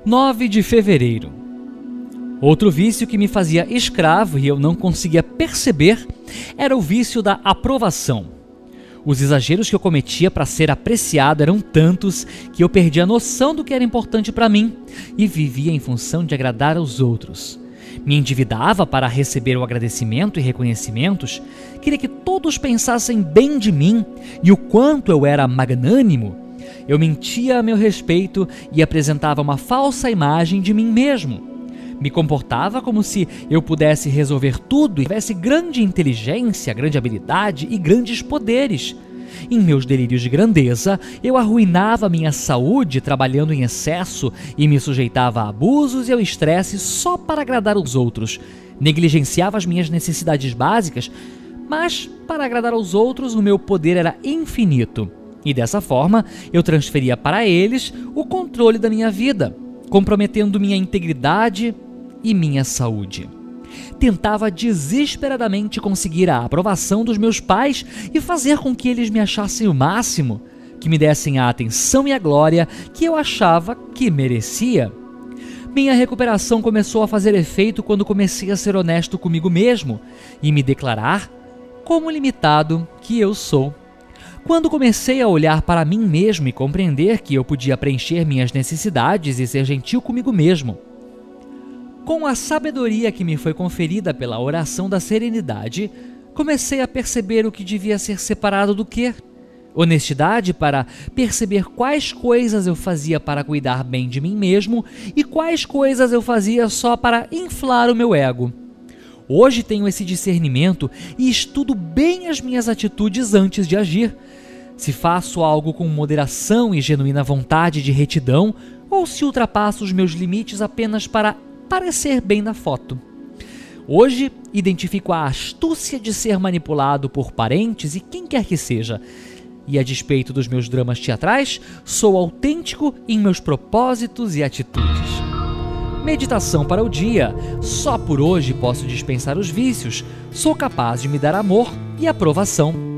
9 de fevereiro. Outro vício que me fazia escravo e eu não conseguia perceber era o vício da aprovação. Os exageros que eu cometia para ser apreciado eram tantos que eu perdia a noção do que era importante para mim e vivia em função de agradar aos outros. Me endividava para receber o agradecimento e reconhecimentos, queria que todos pensassem bem de mim e o quanto eu era magnânimo. Eu mentia a meu respeito e apresentava uma falsa imagem de mim mesmo. Me comportava como se eu pudesse resolver tudo e tivesse grande inteligência, grande habilidade e grandes poderes. Em meus delírios de grandeza, eu arruinava minha saúde trabalhando em excesso e me sujeitava a abusos e ao estresse só para agradar os outros. Negligenciava as minhas necessidades básicas, mas para agradar aos outros o meu poder era infinito. E dessa forma, eu transferia para eles o controle da minha vida, comprometendo minha integridade e minha saúde. Tentava desesperadamente conseguir a aprovação dos meus pais e fazer com que eles me achassem o máximo, que me dessem a atenção e a glória que eu achava que merecia. Minha recuperação começou a fazer efeito quando comecei a ser honesto comigo mesmo e me declarar como limitado que eu sou. Quando comecei a olhar para mim mesmo e compreender que eu podia preencher minhas necessidades e ser gentil comigo mesmo. Com a sabedoria que me foi conferida pela oração da serenidade, comecei a perceber o que devia ser separado do que. Honestidade para perceber quais coisas eu fazia para cuidar bem de mim mesmo e quais coisas eu fazia só para inflar o meu ego. Hoje tenho esse discernimento e estudo bem as minhas atitudes antes de agir. Se faço algo com moderação e genuína vontade de retidão, ou se ultrapasso os meus limites apenas para parecer bem na foto. Hoje, identifico a astúcia de ser manipulado por parentes e quem quer que seja. E a despeito dos meus dramas teatrais, sou autêntico em meus propósitos e atitudes. Meditação para o dia. Só por hoje posso dispensar os vícios. Sou capaz de me dar amor e aprovação.